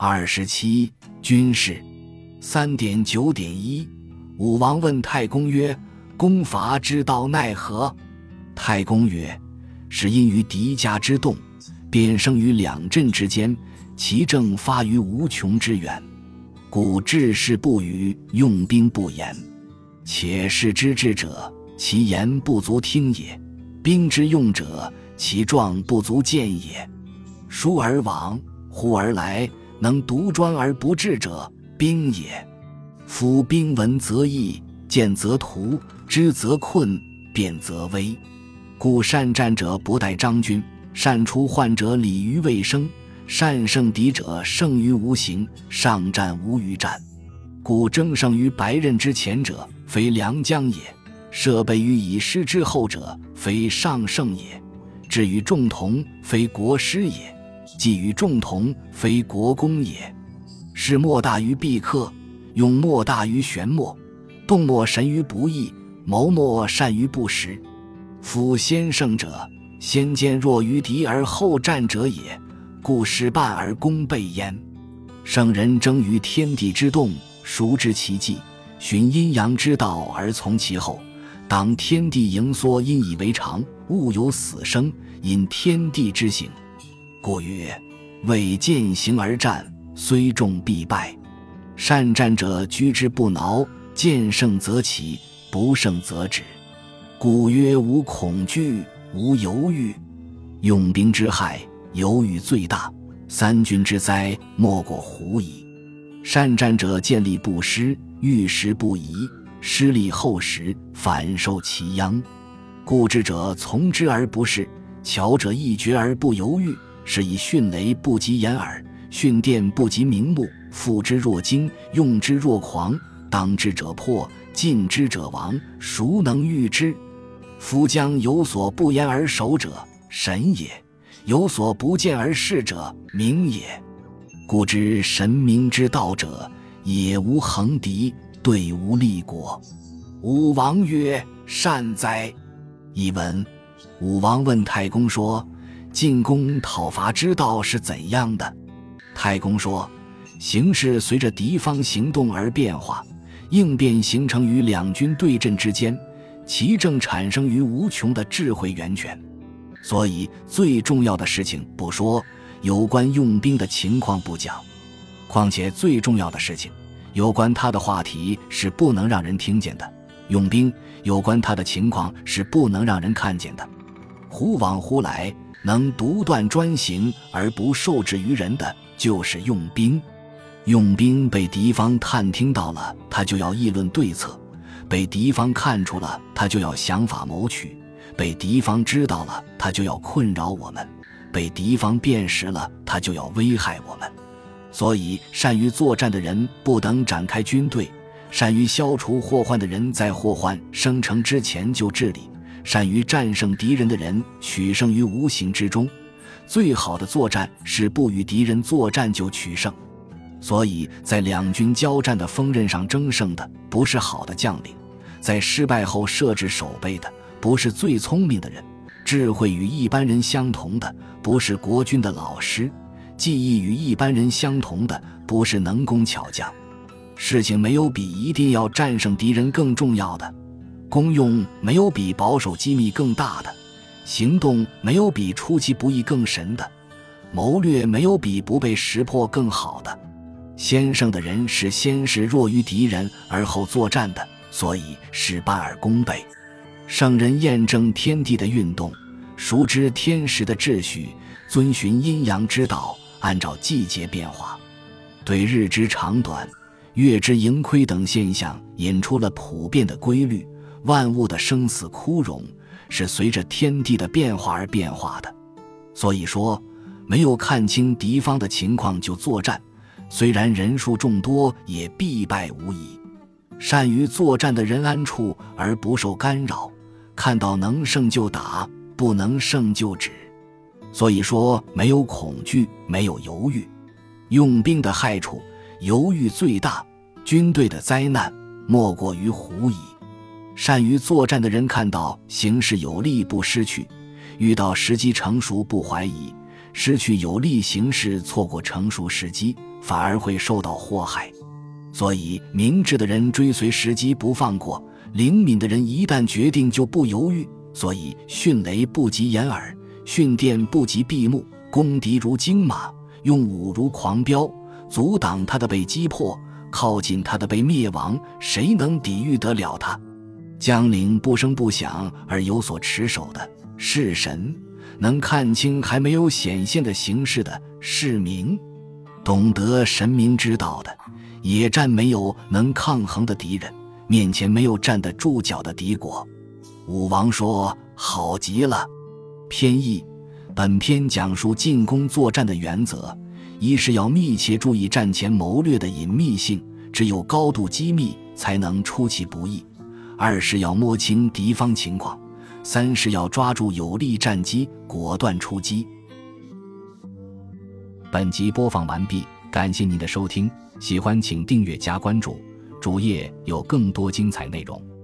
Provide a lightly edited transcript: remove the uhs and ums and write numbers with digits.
27军事 3.9.1 武王问太公曰：攻伐之道奈何？太公曰：是因于敌家之动，便生于两阵之间，其政发于无穷之远。故治事不语，用兵不言。且士之智者，其言不足听也；兵之用者，其壮不足见也。疏而往，忽而来，能独专而不治者，兵也。夫兵闻则易，见则图，知则困，变则危。故善战者不待张军，善除患者礼于未生，善胜敌者胜于无形，上战无余战。故争胜于白刃之前者，非良将也；设备于以师之后者，非上圣也；至于众同，非国师也；计于众同，非国公也。事莫大于必克，用莫大于玄莫，动莫神于不义，谋莫善于不实。夫先胜者，先见弱于敌而后战者也，故事半而功倍焉。圣人争于天地之动，熟知其计，循阴阳之道而从其后，当天地盈缩，因以为常，物有死生，因天地之行。故曰：未见行而战，虽众必败。善战者居之不挠，见胜则起，不胜则止。故曰：无恐惧，无犹豫。用兵之害，犹豫最大，三军之灾，莫过狐矣。善战者见利不失，遇时不疑，失利后时，反受其殃。固执者从之而不恃，巧者一决而不犹豫，是以迅雷不及掩耳，迅电不及明目，付之若惊，用之若狂，当之者破，进之者亡，孰能御之？夫将有所不言而守者，神也；有所不见而事者，明也。故知神明之道者，也无横敌，对无立国。武王曰：善哉！译文：武王问太公说，进攻讨伐之道是怎样的？太公说，形势随着敌方行动而变化，应变形成于两军对阵之间，其政产生于无穷的智慧源泉。所以最重要的事情不说，有关用兵的情况不讲，况且最重要的事情，有关他的话题是不能让人听见的，用兵有关他的情况是不能让人看见的。忽往忽来，能独断专行而不受制于人的，就是用兵。用兵被敌方探听到了，他就要议论对策；被敌方看出了，他就要想法谋取；被敌方知道了，他就要困扰我们；被敌方辨识了，他就要危害我们。所以善于作战的人不等展开军队，善于消除祸患的人在祸患生成之前就治理，善于战胜敌人的人取胜于无形之中。最好的作战是不与敌人作战就取胜。所以在两军交战的锋刃上争胜的不是好的将领，在失败后设置守备的不是最聪明的人，智慧与一般人相同的不是国军的老师，技艺与一般人相同的不是能工巧匠。事情没有比一定要战胜敌人更重要的，功用没有比保守机密更大的，行动没有比出其不意更神的，谋略没有比不被识破更好的。先胜的人是先是弱于敌人而后作战的，所以事半而功倍。圣人验证天地的运动，熟知天时的秩序，遵循阴阳之道，按照季节变化，对日之长短、月之盈亏等现象引出了普遍的规律。万物的生死枯荣是随着天地的变化而变化的。所以说，没有看清敌方的情况就作战，虽然人数众多，也必败无疑。善于作战的人安处而不受干扰，看到能胜就打，不能胜就止。所以说，没有恐惧，没有犹豫。用兵的害处，犹豫最大，军队的灾难莫过于狐疑。善于作战的人看到形势有利不失去，遇到时机成熟不怀疑，失去有利形势错过成熟时机反而会受到祸害。所以明智的人追随时机不放过，灵敏的人一旦决定就不犹豫。所以迅雷不及掩耳，迅电不及闭目，攻敌如惊马，用武如狂飙，阻挡他的被击破，靠近他的被灭亡，谁能抵御得了他？将领不声不响而有所持守的是神，能看清还没有显现的形势的是民，懂得神明之道的野战没有能抗衡的敌人，面前没有站得住脚的敌国。武王说：好极了。偏义，本篇讲述进攻作战的原则，一是要密切注意战前谋略的隐秘性，只有高度机密才能出其不意；二是要摸清敌方情况；三是要抓住有利战机，果断出击。本集播放完毕，感谢您的收听，喜欢请订阅加关注，主页有更多精彩内容。